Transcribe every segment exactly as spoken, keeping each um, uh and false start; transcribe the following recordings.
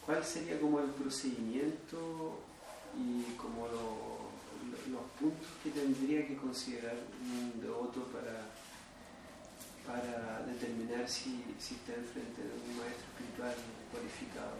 ¿cuál sería como el procedimiento y como lo, lo, los puntos que tendría que considerar un devoto para, para determinar si, si está enfrente de un maestro espiritual cualificado?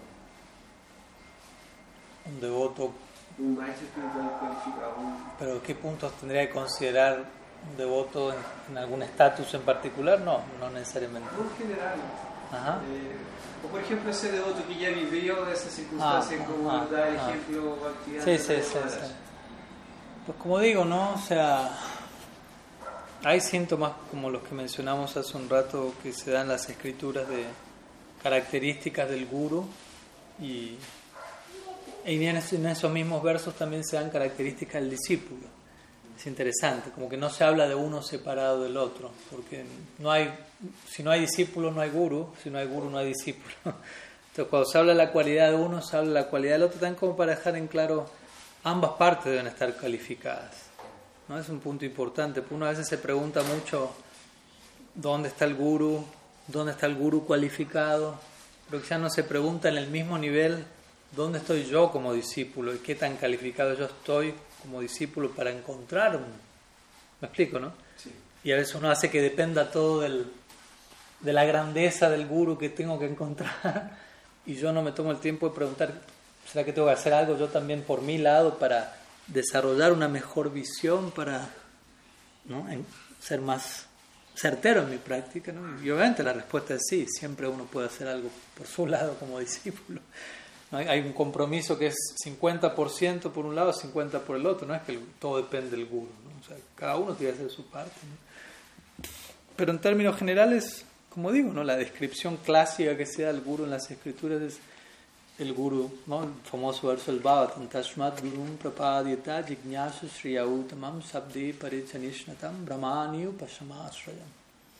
Un devoto... Un maestro espiritual cualificado. Un... ¿Pero qué puntos tendría que considerar un devoto en, en algún estatus en particular? No, no necesariamente. No, en general. Ajá. Eh, o por ejemplo ese devoto que ya vivió de esa circunstancia, ah, como ah, da el ah. ejemplo actividad. Sí, sí, sí, sí. Pues como digo, ¿no? O sea, hay síntomas como los que mencionamos hace un rato que se dan en las escrituras de características del guru y, y en esos mismos versos también se dan características del discípulo. Es interesante, como que no se habla de uno separado del otro, porque no hay, si no hay discípulo no hay guru, si no hay guru no hay discípulo. Entonces cuando se habla de la cualidad de uno, se habla de la cualidad del otro, también como para dejar en claro, ambas partes deben estar calificadas, ¿no? Es un punto importante, porque uno a veces se pregunta mucho dónde está el guru, dónde está el guru cualificado, pero quizás no se pregunta en el mismo nivel dónde estoy yo como discípulo y qué tan calificado yo estoy como discípulo para encontrar un... ¿Me explico, no? Sí. Y a veces uno hace que dependa todo del, de la grandeza del guru que tengo que encontrar y yo no me tomo el tiempo de preguntar, ¿será que tengo que hacer algo yo también por mi lado para desarrollar una mejor visión, para, ¿no?, en ser más certero en mi práctica, ¿no? Y obviamente la respuesta es sí, siempre uno puede hacer algo por su lado como discípulo. Hay un compromiso que es cincuenta por ciento por un lado, cincuenta por ciento por el otro. No es que todo depende del guru, ¿no? O sea, cada uno tiene que hacer su parte, ¿no? Pero en términos generales, como digo, ¿no?, la descripción clásica que se da del guru en las escrituras es el guru, ¿no?, el famoso verso del Bhagavatam, Tashmat gurum prapadyata jignasu shriyautamam sabdi parichanishnatam brahmani upashamasrayam.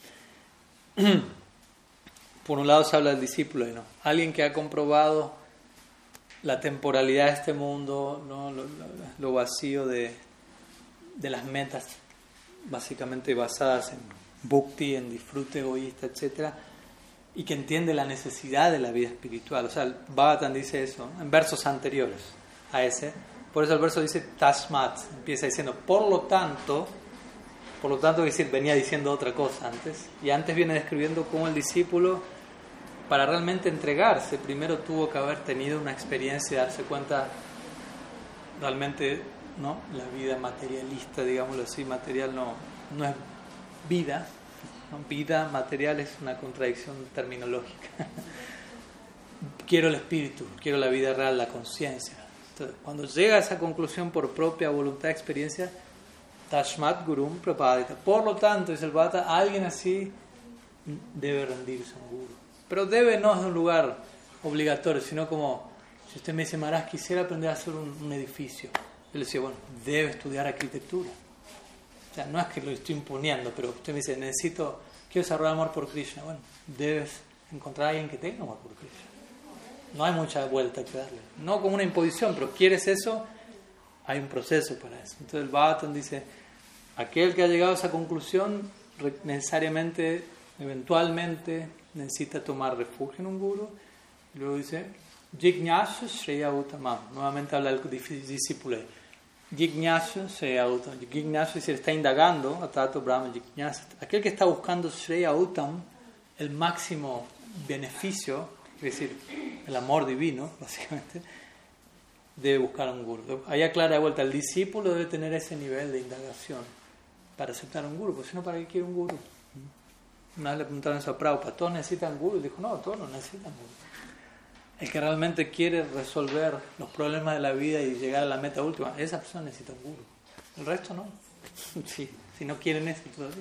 Por un lado se habla del discípulo, ¿no? Alguien que ha comprobado la temporalidad de este mundo, ¿no?, lo, lo, lo vacío de, de las metas básicamente basadas en bhakti, en disfrute egoísta, etcétera, y que entiende la necesidad de la vida espiritual. O sea, el Bhagavatam dice eso, ¿no?, en versos anteriores a ese. Por eso el verso dice Tasmat, empieza diciendo por lo tanto, por lo tanto, es decir, venía diciendo otra cosa antes, y antes viene describiendo cómo el discípulo, para realmente entregarse, primero tuvo que haber tenido una experiencia, darse cuenta realmente, ¿no?, la vida materialista, digámoslo así, material no, no es vida, ¿no? Vida material es una contradicción terminológica. Quiero el espíritu, quiero la vida real, la conciencia. Entonces, cuando llega a esa conclusión por propia voluntad, experiencia, Tashmat Gurum Prapadita. Por lo tanto, dice el Bhata, alguien así debe rendirse a un guru. Pero debe no es un lugar obligatorio, sino como, si usted me dice, Maharaj, quisiera aprender a hacer un, un edificio. Yo le decía, bueno, debe estudiar arquitectura. O sea, no es que lo estoy imponiendo, pero usted me dice, necesito, quiero desarrollar amor por Krishna. Bueno, debes encontrar a alguien que tenga amor por Krishna. No hay mucha vuelta que darle. No como una imposición, pero quieres eso, hay un proceso para eso. Entonces el Bhagavatam dice, aquel que ha llegado a esa conclusión, necesariamente, eventualmente, necesita tomar refugio en un guru. Y luego dice, Jignyasa Shreya Uttamam. Nuevamente habla del discípulo. Jignyasa Shreya Uttam. Jignyasa es decir, está indagando, Atato Brahma Jignyasa. Aquel que está buscando Shreya Uttam, el máximo beneficio, es decir, el amor divino, básicamente, debe buscar un guru. Ahí aclara de vuelta, el discípulo debe tener ese nivel de indagación para aceptar un guru, porque si no, ¿para qué quiere un guru? Una vez le preguntaron eso a Prabhupada, ¿todos necesitan guru? Y dijo, no, todos no necesitan guru. El que realmente quiere resolver los problemas de la vida y llegar a la meta última, esa persona necesita un guru. El resto no. Sí, si no quieren eso todavía.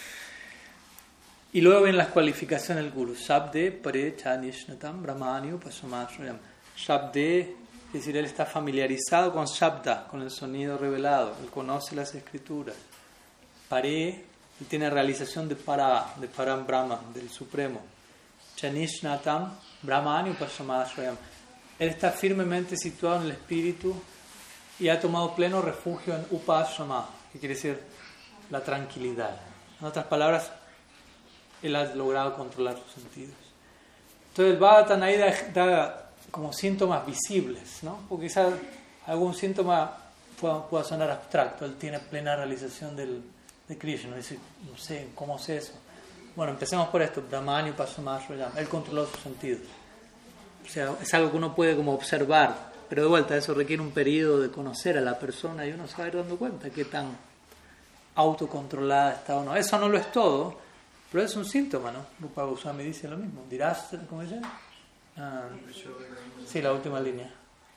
Y luego vienen las cualificaciones del guru. Shabde pare chanishnatam brahmani upasamatrayam. Shabde, es decir, él está familiarizado con Shabda, con el sonido revelado. Él conoce las escrituras. Pare, él tiene realización de para, de Param Brahma, del Supremo. Chanishnatam brahmani upasamatrayam. Él está firmemente situado en el espíritu y ha tomado pleno refugio en upasama, que quiere decir la tranquilidad. En otras palabras, él ha logrado controlar sus sentidos. Entonces el Bhagavatam ahí da, da como síntomas visibles, ¿no? Porque quizás algún síntoma pueda, pueda sonar abstracto. Él tiene plena realización del, de Krishna. Dice, no sé, ¿cómo sé eso? Bueno, empecemos por esto. Brahmani Pasamasrayam. Él controló sus sentidos. O sea, es algo que uno puede como observar. Pero de vuelta, eso requiere un periodo de conocer a la persona y uno se va a ir dando cuenta qué tan autocontrolada está o no. Eso no lo es todo, pero es un síntoma, ¿no? Rupa Goswami dice lo mismo. Dirás, ¿cómo dice? Ah, sí, la última línea.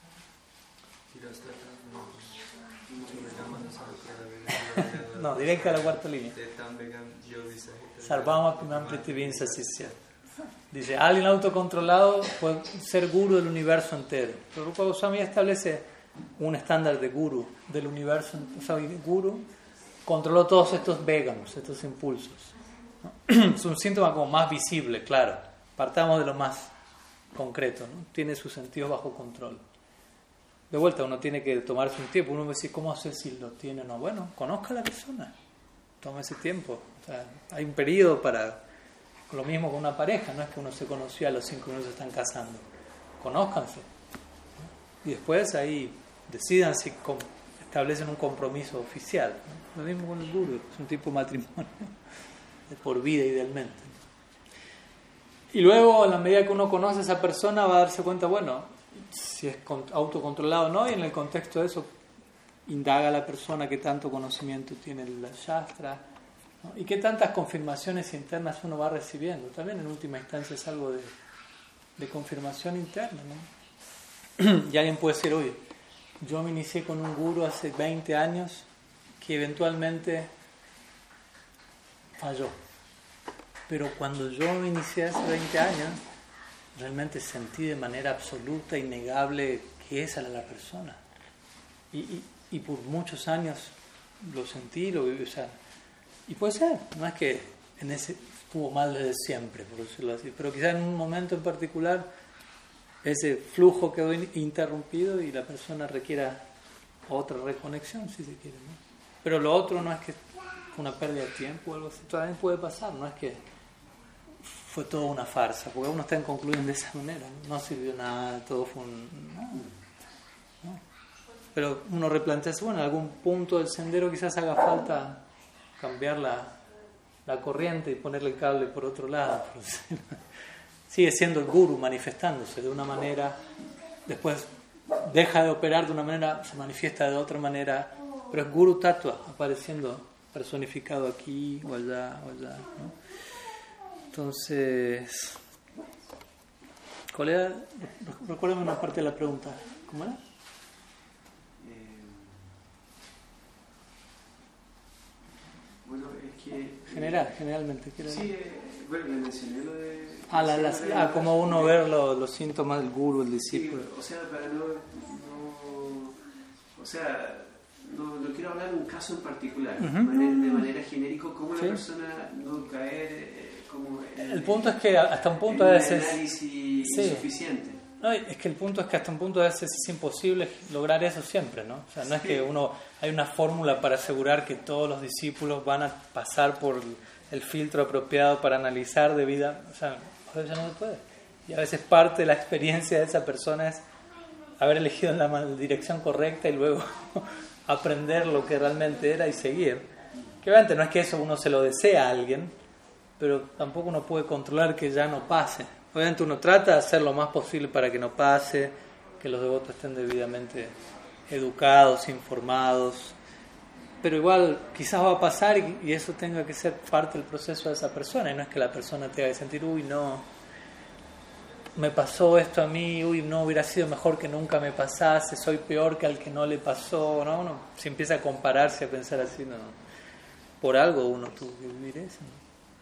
No, directa a la cuarta línea. Sarvama Pimam Prithivim Sasisya. Dice, alguien autocontrolado puede ser guru del universo entero. Pero Rupa Goswami establece un estándar de guru del universo. O sea, el guru controló todos estos vegamos, estos impulsos, ¿no? Es un síntoma como más visible, claro. Partamos de lo más concreto, ¿no? Tiene sus sentidos bajo control. De vuelta, uno tiene que tomarse un tiempo. Uno me dice, ¿cómo sé si lo tiene o no? Bueno, conozca a la persona. Toma ese tiempo. O sea, hay un periodo para... Lo mismo con una pareja, no es que uno se conoció a los cinco minutos se están casando. Conózcanse. Y después ahí decidan si establecen un compromiso oficial, ¿no? Lo mismo con el guru, es un tipo de matrimonio de por vida idealmente. Y luego, a la medida que uno conoce a esa persona, va a darse cuenta, bueno, si es autocontrolado o no, y en el contexto de eso, indaga a la persona qué tanto conocimiento tiene la Shastra, ¿no? Y qué tantas confirmaciones internas uno va recibiendo. También en última instancia es algo de, de confirmación interna, ¿no? Y alguien puede decir, oye, yo me inicié con un guru hace veinte años que eventualmente falló. Pero cuando yo me inicié hace veinte años, realmente sentí de manera absoluta, innegable, que esa era la persona. Y, y, y por muchos años lo sentí, lo viví, o sea, y puede ser, no es que en ese estuvo mal desde siempre, por decirlo así, pero quizás en un momento en particular ese flujo quedó interrumpido y la persona requiera otra reconexión, si se quiere, ¿no? Pero lo otro no es que fue una pérdida de tiempo o algo así, también puede pasar, no es que fue toda una farsa, porque uno está en conclusión de esa manera, no sirvió nada, todo fue un... No, no. Pero uno replantea, bueno, en algún punto del sendero quizás haga falta cambiar la, la corriente y ponerle el cable por otro lado. Sigue siendo el guru manifestándose de una manera, después deja de operar de una manera, se manifiesta de otra manera, pero es Guru Tattva apareciendo personificado aquí o allá o allá, ¿no? Entonces, ¿cuál era? Recuérdame una parte de la pregunta. ¿Cómo era? Bueno, es que... General, generalmente. ¿Qué era? Sí, eh, bueno, le mencioné lo de... Ah, la, la, de ah como uno ver lo, los síntomas del guru, el discípulo. Sí, o sea, para no... no o sea, no, no quiero hablar de un caso en particular, uh-huh. de, manera, de manera genérica, cómo sí. la persona no caer... Eh, como el, el punto es que hasta un punto a veces... análisis sí. insuficiente. No, es que el punto es que hasta un punto a veces es imposible lograr eso siempre, ¿no? O sea, no sí. es que uno hay una fórmula para asegurar que todos los discípulos van a pasar por el filtro apropiado para analizar de vida, o sea, a veces no se puede. Y a veces parte de la experiencia de esa persona es haber elegido la dirección correcta y luego aprender lo que realmente era y seguir. Que obviamente no es que eso uno se lo desea a alguien, pero tampoco uno puede controlar que ya no pase. Obviamente uno trata de hacer lo más posible para que no pase, que los devotos estén debidamente educados, informados, pero igual quizás va a pasar y, y eso tenga que ser parte del proceso de esa persona, y no es que la persona tenga que sentir, uy, no, me pasó esto a mí, uy, no, hubiera sido mejor que nunca me pasase, soy peor que al que no le pasó, ¿no? Uno si empieza a compararse, a pensar así, no, por algo uno tuvo que vivir eso, ¿no?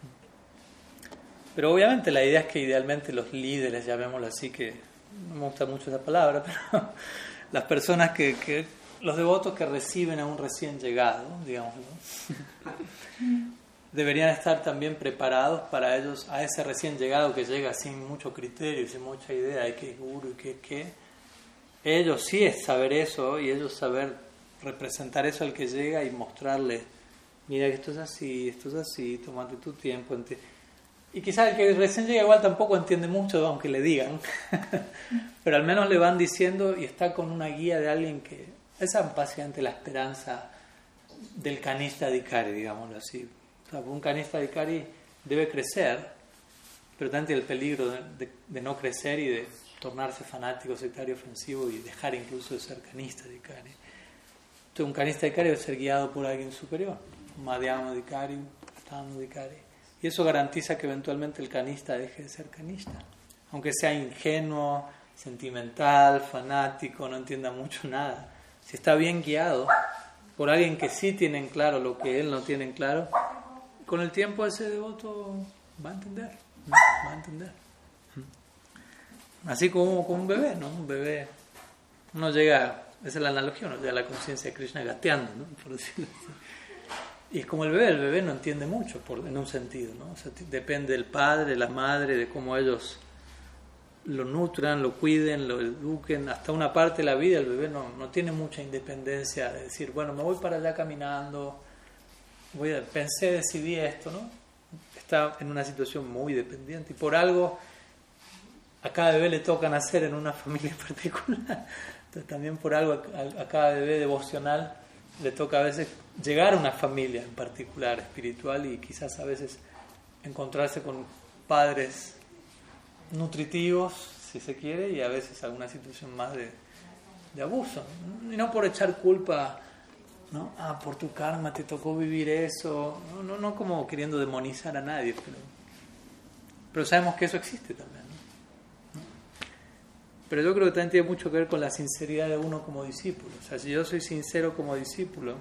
Pero obviamente la idea es que idealmente los líderes, llamémoslo así, que no me gusta mucho esa palabra, pero las personas que, que los devotos que reciben a un recién llegado, digámoslo, deberían estar también preparados para ellos, a ese recién llegado que llega sin mucho criterio, sin mucha idea de qué es guru y qué es qué. Ellos sí es saber eso y ellos saber representar eso al que llega y mostrarle, mira que esto es así, esto es así, tómate tu tiempo. Y quizás el que recién llega igual tampoco entiende mucho, aunque le digan. Pero al menos le van diciendo y está con una guía de alguien que... Esa es básicamente la esperanza del Kanishta Adhikari, digámoslo así. O sea, un Kanishta Adhikari debe crecer, pero también tiene el peligro de, de, de no crecer y de tornarse fanático, sectario, ofensivo y dejar incluso de ser Kanishta Adhikari. Entonces un Kanishta Adhikari debe ser guiado por alguien superior. Un Madhyama Adhikari, un Pratama Adhikari. Y eso garantiza que eventualmente el Kanishta deje de ser Kanishta. Aunque sea ingenuo, sentimental, fanático, no entienda mucho nada. Si está bien guiado por alguien que sí tiene en claro lo que él no tiene en claro, con el tiempo ese devoto va a entender. ¿No? Va a entender. Así como con un bebé, ¿no? Un bebé, uno llega, esa es la analogía, uno llega a la conciencia de Krishna gateando, ¿no? Por decirlo así. Y es como el bebé, el bebé no entiende mucho por, en un sentido, ¿no? O sea, depende del padre, la madre, de cómo ellos lo nutran, lo cuiden, lo eduquen. Hasta una parte de la vida el bebé no, no tiene mucha independencia de decir, bueno, me voy para allá caminando, voy a, pensé, decidí esto, ¿no? Está en una situación muy dependiente y por algo a cada bebé le toca nacer en una familia particular. Entonces también por algo a, a cada bebé devocional le toca a veces llegar a una familia en particular espiritual y quizás a veces encontrarse con padres nutritivos, si se quiere, y a veces alguna situación más de, de abuso. Y no por echar culpa, ¿no? Ah, por tu karma te tocó vivir eso. No, no, no como queriendo demonizar a nadie, pero, pero sabemos que eso existe también, ¿no? ¿No? Pero yo creo que también tiene mucho que ver con la sinceridad de uno como discípulo. O sea, si yo soy sincero como discípulo,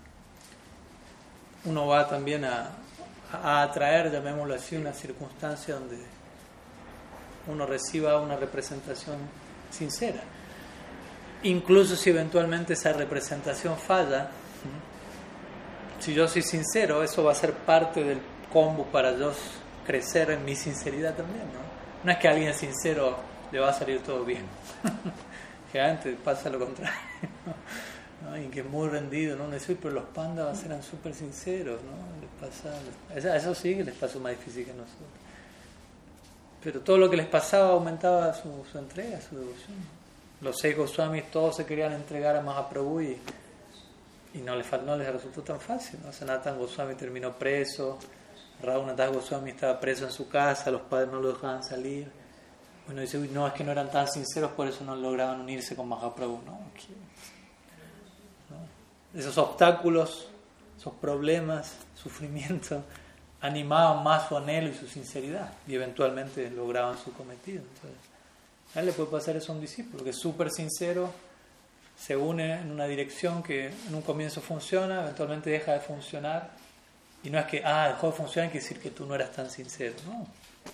uno va también a, a atraer, llamémoslo así, una circunstancia donde uno reciba una representación sincera. Incluso si eventualmente esa representación falla, si yo soy sincero, eso va a ser parte del combo para yo crecer en mi sinceridad también, ¿no? No es que a alguien sincero le va a salir todo bien. Generalmente pasa lo contrario, ¿no? Y que es muy rendido, ¿no? Decir, pero los pandas eran súper sinceros, ¿no? Les pasa, eso sí que les pasó más difícil que a nosotros. Pero todo lo que les pasaba aumentaba su, su entrega, su devoción. Los seis Goswamis todos se querían entregar a Mahaprabhu y, y no, les, no les resultó tan fácil, ¿no? Sanatana Goswami terminó preso, Raghunath Goswami estaba preso en su casa, los padres no lo dejaban salir. Bueno, dice, uy, no, es que no eran tan sinceros, por eso no lograban unirse con Mahaprabhu, ¿no? ¿No? Esos obstáculos, esos problemas, sufrimiento, animaban más su anhelo y su sinceridad y eventualmente lograban su cometido. Entonces, a él le puede pasar eso a un discípulo que es súper sincero, se une en una dirección que en un comienzo funciona, eventualmente deja de funcionar y no es que, ah, dejó de funcionar, quiere decir que tú no eras tan sincero, no.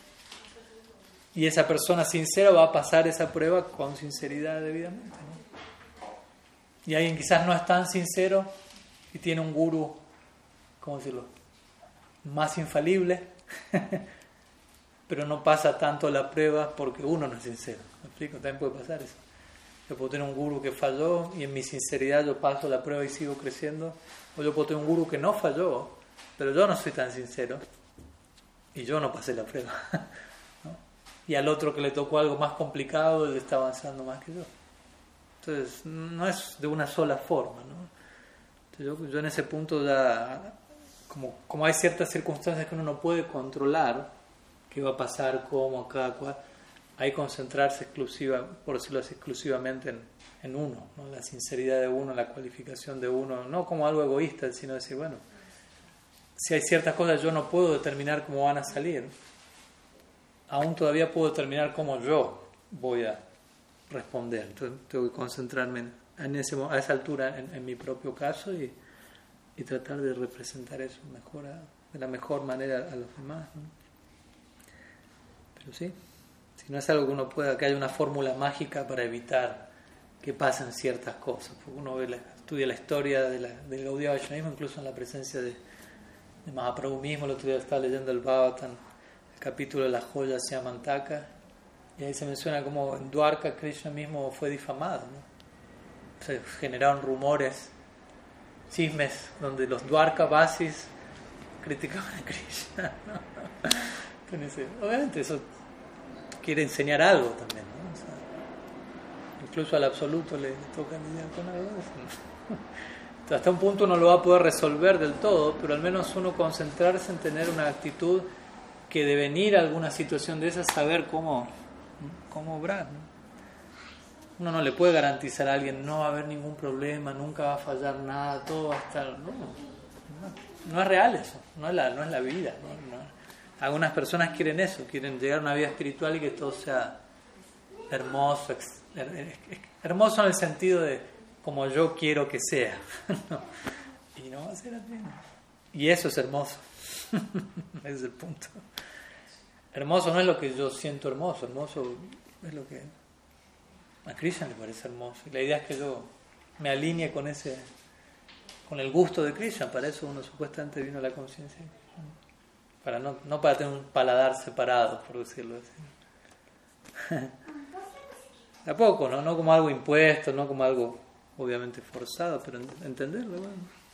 Y esa persona sincera va a pasar esa prueba con sinceridad debidamente, ¿no? Y alguien quizás no es tan sincero y tiene un gurú, ¿cómo decirlo?, más infalible, pero no pasa tanto la prueba porque uno no es sincero. ¿Me explico? También puede pasar eso. Yo puedo tener un gurú que falló y en mi sinceridad yo paso la prueba y sigo creciendo, o yo puedo tener un gurú que no falló, pero yo no soy tan sincero y yo no pasé la prueba, ¿no? Y al otro que le tocó algo más complicado, él está avanzando más que yo. Entonces no es de una sola forma, ¿no? Entonces, yo, yo en ese punto ya, como, como hay ciertas circunstancias que uno no puede controlar, qué va a pasar, cómo, cada cual, hay que concentrarse exclusiva, por decirlo así, exclusivamente en, en uno, ¿no? La sinceridad de uno, la cualificación de uno, no como algo egoísta, sino decir, bueno, si hay ciertas cosas yo no puedo determinar cómo van a salir, aún todavía puedo determinar cómo yo voy a responder. Entonces tengo que concentrarme en, en ese, a esa altura en, en mi propio caso y, y tratar de representar eso mejor a, de la mejor manera a los demás, ¿no? Pero sí, si no es algo que uno pueda, que haya una fórmula mágica para evitar que pasen ciertas cosas, porque uno ve la, estudia la historia de la, del Gaudiya Vaishnavismo, incluso en la presencia de, de Mahaprabhu mismo. El otro día estaba leyendo el Bhagavatam, el capítulo de las joyas Syamantaka, y ahí se menciona cómo en Dwarka Krishna mismo fue difamado, ¿no? Se generaron rumores, chismes, donde los Dwarka Vasis criticaban a Krishna, ¿no? Obviamente eso quiere enseñar algo también, ¿no? O sea, incluso al absoluto le, le toca lidiar con algo de eso, ¿no? Entonces, hasta un punto uno lo va a poder resolver del todo, pero al menos uno concentrarse en tener una actitud que de venir a alguna situación de esa, saber cómo, cómo obrar, ¿no? Uno no le puede garantizar a alguien, no va a haber ningún problema, nunca va a fallar nada, todo va a estar... No, no, no es real eso, no es la, no es la vida, ¿no? No. Algunas personas quieren eso, quieren llegar a una vida espiritual y que todo sea hermoso, ex, her, hermoso en el sentido de como yo quiero que sea, ¿no? Y no va a ser así, ¿no? Y eso es hermoso. Ese es el punto. Hermoso no es lo que yo siento hermoso, hermoso es lo que a Krishna le parece hermoso. Y la idea es que yo me alinee con ese, con el gusto de Krishna. Para eso uno supuestamente vino a la conciencia, para no, no para tener un paladar separado, por decirlo así. Tampoco, ¿no? No como algo impuesto, no como algo obviamente forzado, pero entenderlo, bueno.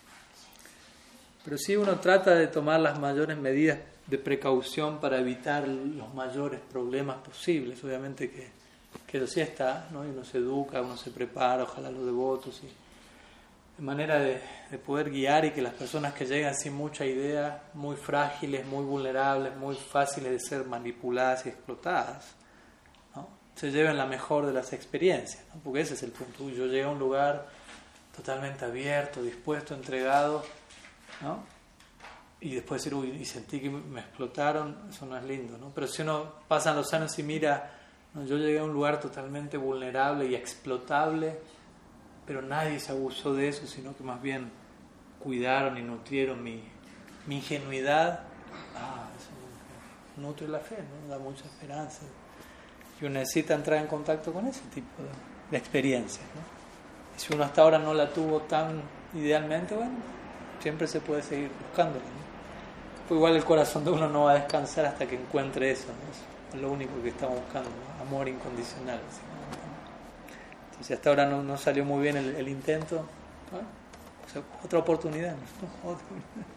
Pero sí uno trata de tomar las mayores medidas de precaución para evitar los mayores problemas posibles. Obviamente que, que eso sí está, ¿no? Y uno se educa, uno se prepara, ojalá los devotos, y de manera de, de poder guiar y que las personas que llegan sin mucha idea, muy frágiles, muy vulnerables, muy fáciles de ser manipuladas y explotadas, ¿no? Se lleven la mejor de las experiencias, ¿no? Porque ese es el punto. Yo llegué a un lugar totalmente abierto, dispuesto, entregado, ¿no? Y después decir, uy, y sentí que me explotaron, eso no es lindo, ¿no? Pero si uno pasa los años y mira, ¿no? Yo llegué a un lugar totalmente vulnerable y explotable, pero nadie se abusó de eso, sino que más bien cuidaron y nutrieron mi, mi ingenuidad. Ah, eso nutre la fe, ¿no? Da mucha esperanza. Y uno necesita entrar en contacto con ese tipo de, de experiencias, ¿no? Y si uno hasta ahora no la tuvo tan idealmente, bueno, siempre se puede seguir buscándola, ¿no? Pues igual el corazón de uno no va a descansar hasta que encuentre eso, ¿no? Es lo único que estamos buscando, ¿no? Amor incondicional, ¿sí? Entonces hasta ahora no, no salió muy bien el, el intento, ¿no? O sea, otra oportunidad, ¿no? Otra.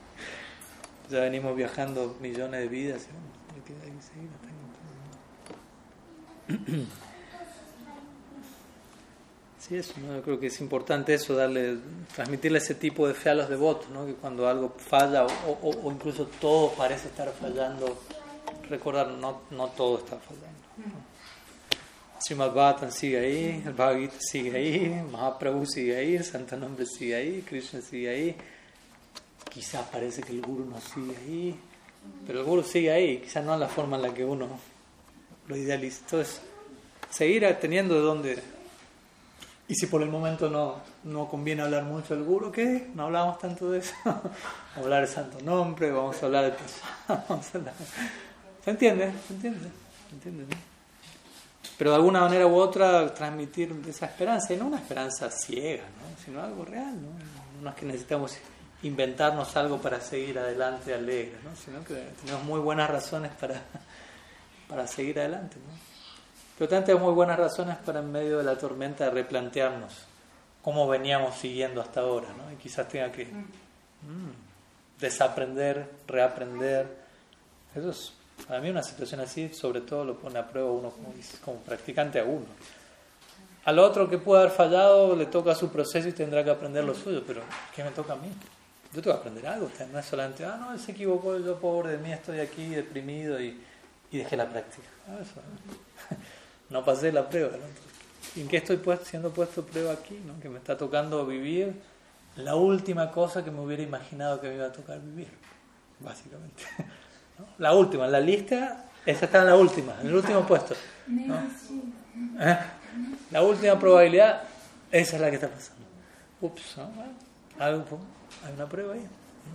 Ya venimos viajando millones de vidas, ¿sí? Hay que, hay que seguir hasta que... Sí, eso, ¿no? Yo creo que es importante eso, darle, transmitirle ese tipo de fe a los devotos, ¿no? Que cuando algo falla o, o, o incluso todo parece estar fallando, recordar, no, no todo está fallando, ¿no? Srimad Bhagavatam sigue ahí, el Bhagavad Gita sigue ahí, Mahaprabhu sigue ahí, el Santo Nombre sigue ahí, Krishna sigue ahí. Quizás parece que el Guru no sigue ahí, pero el Guru sigue ahí, quizás no en la forma en la que uno lo idealiza. Entonces, seguir teniendo de dónde. Y si por el momento no, no conviene hablar mucho del Guru, ¿qué? No hablamos tanto de eso. Vamos a hablar del Santo Nombre, vamos a hablar de... Vamos a hablar... ¿Se entiende? ¿Se entiende? ¿Se entiende? ¿No? Pero de alguna manera u otra transmitir esa esperanza, y no una esperanza ciega, ¿no? Sino algo real, ¿no? No es que necesitamos inventarnos algo para seguir adelante alegres, ¿no? Sino que tenemos muy buenas razones para, para seguir adelante, ¿no? Pero también tenemos muy buenas razones para en medio de la tormenta replantearnos cómo veníamos siguiendo hasta ahora, ¿no? Y quizás tenga que mm, desaprender, reaprender. Eso es, para mí una situación así, sobre todo lo pone a prueba uno como, como practicante a uno. Al otro que puede haber fallado le toca su proceso y tendrá que aprender lo suyo, pero ¿qué me toca a mí? Yo tengo que aprender algo, no es solamente, ah, no, él se equivocó, yo pobre de mí estoy aquí deprimido y, y dejé la práctica. Ah, eso, ¿no? No pasé la prueba, ¿no? ¿En qué estoy puesto, siendo puesto prueba aquí, ¿no? Que me está tocando vivir la última cosa que me hubiera imaginado que me iba a tocar vivir, básicamente, ¿no? La última, en la lista, esa está en la última, en el último puesto, ¿no? ¿Eh? La última probabilidad, esa es la que está pasando. Ups, ¿no? Bueno, algo, hay una prueba ahí.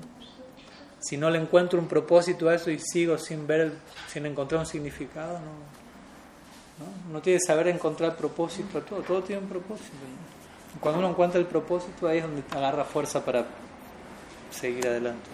Si no le encuentro un propósito a eso y sigo sin ver, sin encontrar un significado, no. ¿No? Uno tiene que saber encontrar propósito a todo, todo tiene un propósito, ¿no? Cuando uno encuentra el propósito, ahí es donde agarra fuerza para seguir adelante.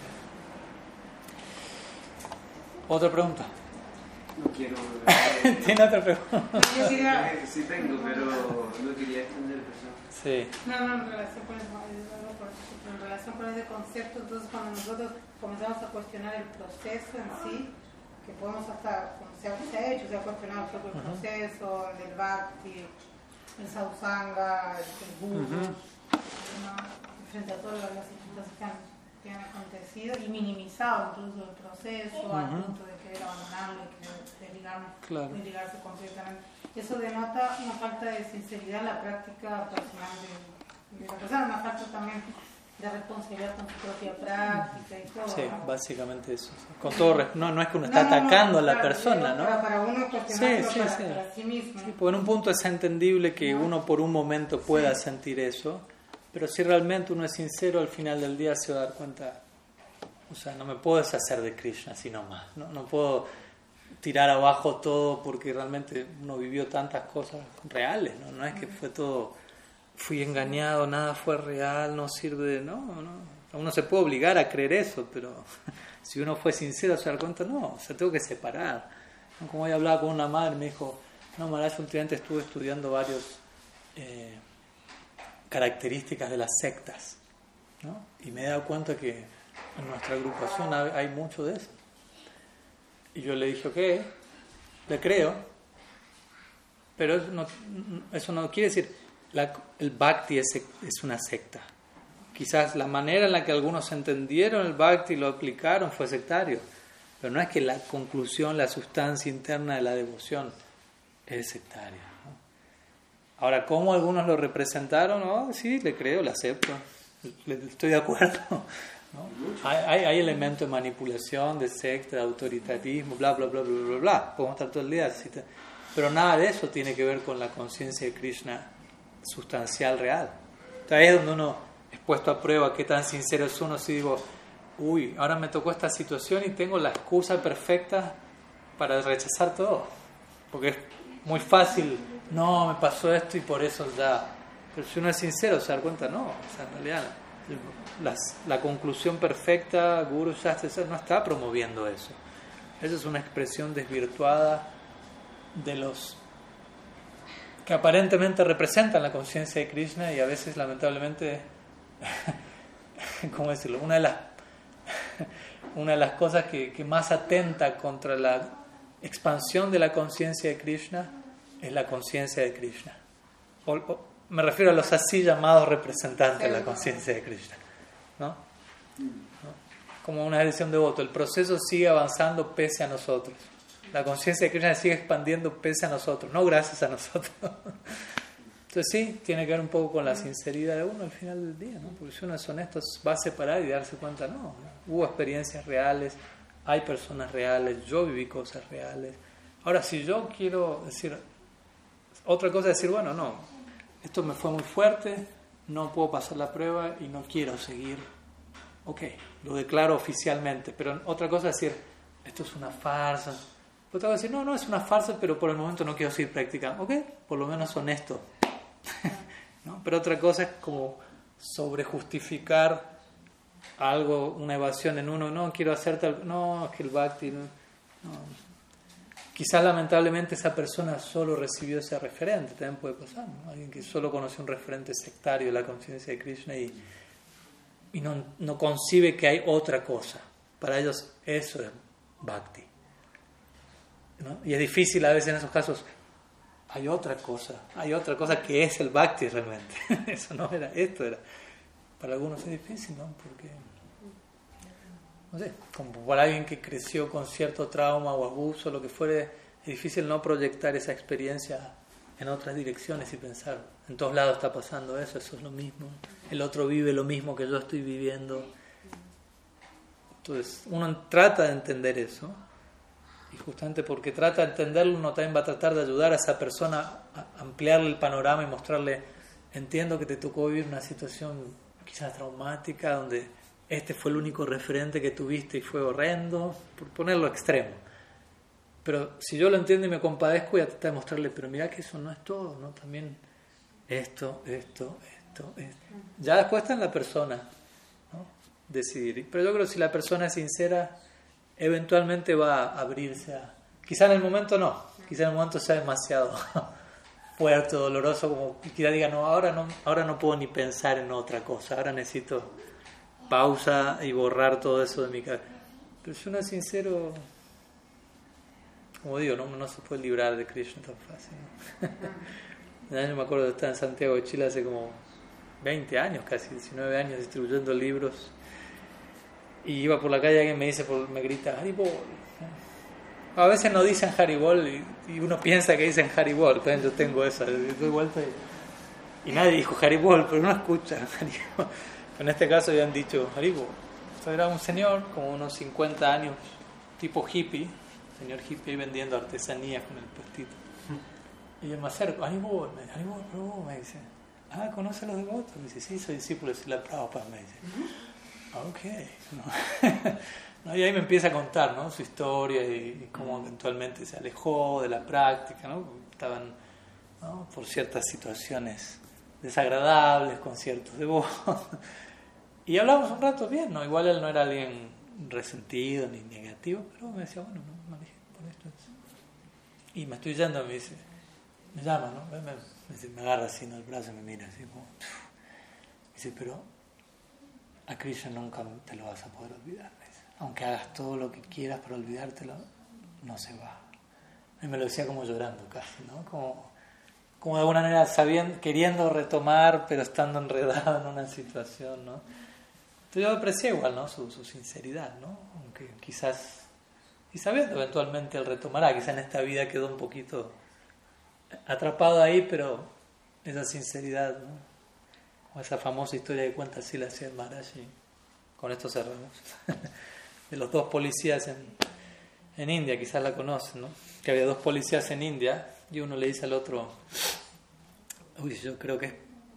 ¿Otra pregunta? No quiero... ¿Tiene otra pregunta? Sí tengo, pero no quería extender eso. Sí. No, no, en relación con eso, en relación con ese concepto, entonces cuando nosotros comenzamos a cuestionar el proceso en sí, que podemos hasta, como se ha, se ha hecho, se ha cuestionado el propio uh-huh. proceso, el del bhakti, el sausanga, el, el guru, uh-huh. ¿no? Frente a todas las circunstancias que han, que han acontecido y minimizado incluso el proceso uh-huh. al punto de querer abandonarlo y querer desligarme, claro. desligarse completamente. Eso denota una falta de sinceridad en la práctica personal de, de la persona, una falta también de responsabilidad con su propia práctica y todo. Sí, ¿no? Básicamente eso. Con todo, no, no es que uno está no, atacando no, a la claro, persona, ¿no? Para, para uno cuestionarlo sí, sí, para, sí. para sí mismo. Sí, porque en un punto es entendible que no. uno por un momento pueda sí. sentir eso, pero si realmente uno es sincero, al final del día se va a dar cuenta, o sea, no me puedo deshacer de Krishna así nomás, ¿no? No puedo tirar abajo todo porque realmente uno vivió tantas cosas reales, ¿no? No es que fue todo... fui engañado, nada fue real, no sirve de... No, no. Uno se puede obligar a creer eso, pero si uno fue sincero se da cuenta, no, o sea, tengo que separar. Como hoy hablaba con una madre, me dijo, no, Maharaj, últimamente estuve estudiando varios eh, características de las sectas, ¿no? Y me he dado cuenta que en nuestra agrupación hay, hay mucho de eso. Y yo le dije, ok, le creo, pero eso no, eso no quiere decir... La, el bhakti es, es una secta. Quizás la manera en la que algunos entendieron el bhakti y lo aplicaron fue sectario, pero no es que la conclusión, la sustancia interna de la devoción es sectaria, ¿no? Ahora, ¿cómo algunos lo representaron? Oh, sí, le creo, le acepto, le, estoy de acuerdo, ¿no? Hay, hay, hay elementos de manipulación, de secta, de autoritarismo, bla, bla, bla, bla, bla, bla. Podemos estar todo el día, pero nada de eso tiene que ver con la conciencia de Krishna sustancial real. Entonces ahí es donde uno es puesto a prueba qué tan sincero es uno. Si digo, uy, ahora me tocó esta situación y tengo la excusa perfecta para rechazar todo, porque es muy fácil, no, me pasó esto y por eso ya. Pero si uno es sincero se da cuenta, no, o sea, en realidad las, la conclusión perfecta, Guru Shastra no está promoviendo eso. Eso es una expresión desvirtuada de los que aparentemente representan la conciencia de Krishna y a veces lamentablemente ¿cómo decirlo? una de las una de las cosas que, que más atenta contra la expansión de la conciencia de Krishna es la conciencia de Krishna, o, o, me refiero a los así llamados representantes de la conciencia de Krishna, ¿no? ¿no? Como una edición de voto, el proceso sigue avanzando pese a nosotros. La conciencia de Krishna sigue expandiendo pese a nosotros, no gracias a nosotros. Entonces sí, tiene que ver un poco con la sinceridad de uno al final del día, ¿no? Porque si uno es honesto va a separar y darse cuenta, no, no, hubo experiencias reales, hay personas reales, yo viví cosas reales. Ahora, si yo quiero decir, otra cosa es decir, bueno, no, esto me fue muy fuerte, no puedo pasar la prueba y no quiero seguir, ok, lo declaro oficialmente, pero otra cosa es decir, esto es una farsa. Otra cosa es decir, no, no es una farsa, pero por el momento no quiero seguir practicando. Ok, por lo menos honesto. ¿No? Pero otra cosa es como sobrejustificar algo, una evasión en uno. No, quiero hacer tal... No, es que el bhakti... No, no. Quizás lamentablemente esa persona solo recibió ese referente. También puede pasar, ¿no? Alguien que solo conoce un referente sectario de la conciencia de Krishna y, y no, no concibe que hay otra cosa. Para ellos eso es bhakti, ¿no? Y es difícil a veces en esos casos, hay otra cosa, hay otra cosa que es el bhakti realmente. Eso no era, esto era. Para algunos es difícil, ¿no? Porque, no sé, como para alguien que creció con cierto trauma o abuso, lo que fuere, es difícil no proyectar esa experiencia en otras direcciones y pensar, en todos lados está pasando eso, eso es lo mismo, el otro vive lo mismo que yo estoy viviendo. Entonces, uno trata de entender eso. Y justamente porque trata de entenderlo, uno también va a tratar de ayudar a esa persona a ampliarle el panorama y mostrarle, entiendo que te tocó vivir una situación quizás traumática, donde este fue el único referente que tuviste y fue horrendo, por ponerlo extremo. Pero si yo lo entiendo y me compadezco, voy a tratar de mostrarle, pero mira que eso no es todo, ¿no? También esto, esto, esto, esto. Ya después está en la persona, ¿no? Decidir. Pero yo creo que si la persona es sincera, eventualmente va a abrirse a... Quizá en el momento no, quizá en el momento sea demasiado fuerte, doloroso, como quizá diga, no, ahora no, ahora no puedo ni pensar en otra cosa, ahora necesito pausa y borrar todo eso de mi cabeza. Pero si uno es sincero, como digo, no, no se puede librar de Krishna tan fácil, ¿no? Yo me acuerdo de estar en Santiago de Chile hace como veinte años, casi diecinueve años, distribuyendo libros. Y iba por la calle y alguien me dice, por, me grita, Haribol. A veces no dicen Haribol y, y uno piensa que dicen Haribol. Entonces yo tengo esa, doy vuelta y, y nadie dijo Haribol, pero uno escucha Haribol. En este caso habían dicho Haribol. Entonces era un señor, como unos cincuenta años, tipo hippie, señor hippie vendiendo artesanías con el puestito. Y yo me acerco, Haribol, me dice, Haribol, Prabhu, me dice, ah, ¿conoce a los devotos? Me dice, sí, soy discípulo de Srila Prabhupada, me dice. Ok, no. No, y ahí me empieza a contar, ¿no?, su historia y, y cómo eventualmente se alejó de la práctica, ¿no? Estaban, ¿no?, por ciertas situaciones desagradables con ciertos devotos. Y hablamos un rato bien, ¿no? Igual él no era alguien resentido ni negativo, pero me decía, bueno, no, me dije, por esto es... Y me estoy yendo, me dice, me llama, ¿no? Me, me, me, dice, me agarra así en el brazo y me mira así como... Me dice, pero a Krishna nunca te lo vas a poder olvidar. Aunque hagas todo lo que quieras para olvidártelo, no se va. Y me lo decía como llorando casi, ¿no? Como, como de alguna manera sabiendo, queriendo retomar, pero estando enredado en una situación, ¿no? Entonces yo aprecié igual, ¿no?, su, su sinceridad, ¿no? Aunque quizás, y sabiendo eventualmente él retomará, quizás en esta vida quedó un poquito atrapado ahí, pero esa sinceridad, ¿no? Como esa famosa historia que cuenta Srila Sridhar Maharaj, y con esto cerramos. De los dos policías en, en India, quizás la conocen, ¿no? Que había dos policías en India y uno le dice al otro, uy, yo creo que es,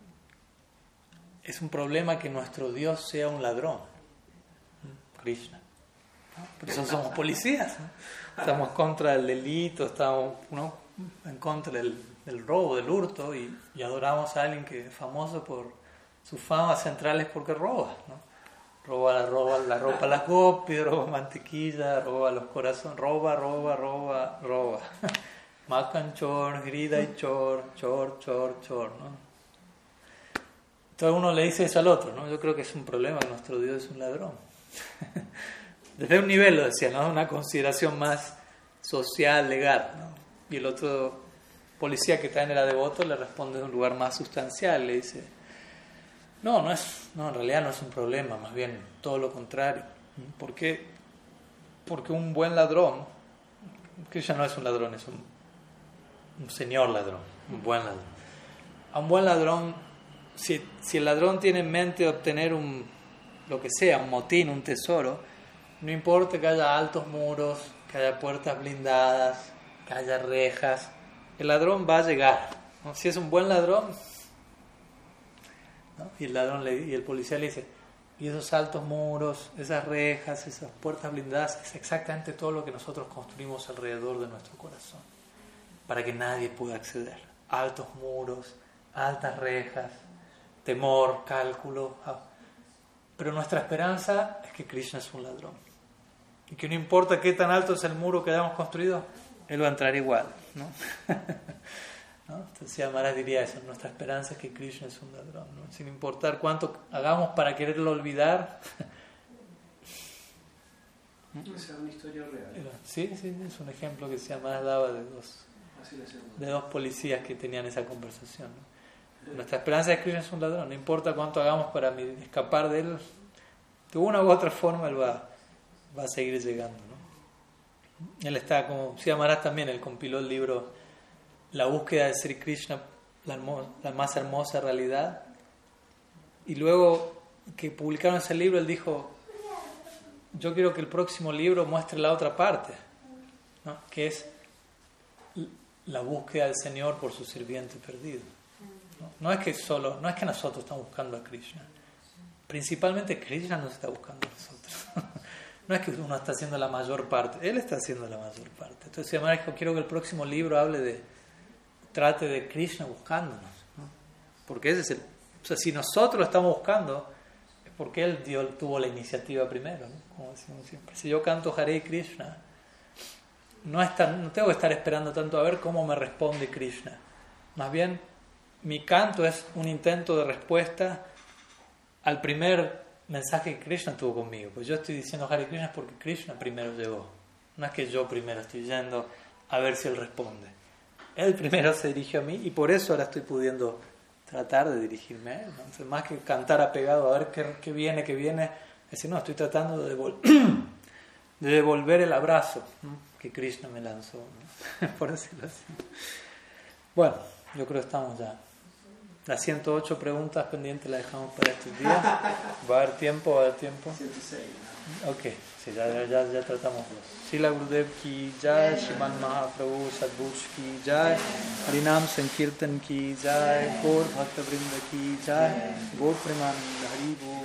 es un problema que nuestro Dios sea un ladrón, Krishna, ¿no? Por eso somos policías, ¿no? Estamos contra el delito, estamos, ¿no?, en contra del, del robo, del hurto, y, y adoramos a alguien que es famoso por sus famas centrales porque roba, ¿no? Roba la, roba la ropa a las gopis, roba mantequilla, roba los corazones, roba, roba, roba, roba. Makan chor, grida y chor, chor, chor, chor, ¿no? Entonces uno le dice eso al otro, ¿no? Yo creo que es un problema, que nuestro Dios es un ladrón. Desde un nivel lo decía, ¿no? Una consideración más social, legal, ¿no? Y el otro policía que también era devoto le responde de un lugar más sustancial, le dice, No, no es, no, en realidad no es un problema, más bien todo lo contrario. ¿Por qué? Porque un buen ladrón, Krishna no es un ladrón, es un, un señor ladrón, un buen ladrón. A un buen ladrón, si, si el ladrón tiene en mente obtener un, lo que sea, un motín, un tesoro, no importa que haya altos muros, que haya puertas blindadas, que haya rejas, el ladrón va a llegar, ¿no? Si es un buen ladrón, ¿no? Y el ladrón le, y el policía le dice, y esos altos muros, esas rejas, esas puertas blindadas, es exactamente todo lo que nosotros construimos alrededor de nuestro corazón, para que nadie pueda acceder. Altos muros, altas rejas, temor, cálculo. Pero nuestra esperanza es que Krishna es un ladrón, y que no importa qué tan alto es el muro que hayamos construido, él va a entrar igual, ¿no? ¿No? Entonces Maharaj diría eso, nuestra esperanza es que Krishna es un ladrón, ¿no? Sin importar cuánto hagamos para quererlo olvidar. Esa es una historia real. Sí, sí, es un ejemplo que se Maharaj daba de dos, de dos policías que tenían esa conversación, ¿no? Nuestra esperanza es que Krishna es un ladrón, no importa cuánto hagamos para escapar de él, de una u otra forma él va, va a seguir llegando, ¿no? Él está, como Sri Maharaj también, él compiló el libro La búsqueda de Sri Krishna, la, la más hermosa realidad, y luego que publicaron ese libro él dijo, yo quiero que el próximo libro muestre la otra parte, ¿no? Que es la búsqueda del Señor por su sirviente perdido, ¿no? No es que solo, no es que nosotros estamos buscando a Krishna, principalmente Krishna nos está buscando a nosotros. No es que uno está haciendo la mayor parte, él está haciendo la mayor parte. Entonces Maharaj dijo, quiero que el próximo libro hable de trate de Krishna buscándonos, ¿no? Porque ese es el, o sea, si nosotros lo estamos buscando es porque él dio, tuvo la iniciativa primero, ¿no? Como decimos siempre, si yo canto Hare Krishna, no, es tan, no tengo que estar esperando tanto a ver cómo me responde Krishna, más bien mi canto es un intento de respuesta al primer mensaje que Krishna tuvo conmigo. Pues yo estoy diciendo Hare Krishna porque Krishna primero llegó, no es que yo primero estoy yendo a ver si él responde. Él primero se dirigió a mí y por eso ahora estoy pudiendo tratar de dirigirme a él. ¿no? Entonces, más que cantar apegado a ver qué, qué viene, qué viene, es decir, no, estoy tratando de, devol- de devolver el abrazo, ¿no? que Krishna me lanzó, ¿no? por decirlo así. Bueno, yo creo que estamos ya. Las ciento ocho preguntas pendientes las dejamos para estos días. ¿Va a haber tiempo? ¿Va a haber tiempo? ciento seis. Ok, sí, ya, ya, ya tratamos dos. Srila Gurudev ki jai, Shriman Mahaprabhu Sadbush ki jai, Harinam Sankirtan ki jai, Gaur Bhakta Vrinda ki jai, Gaur Premananda Hari Bol.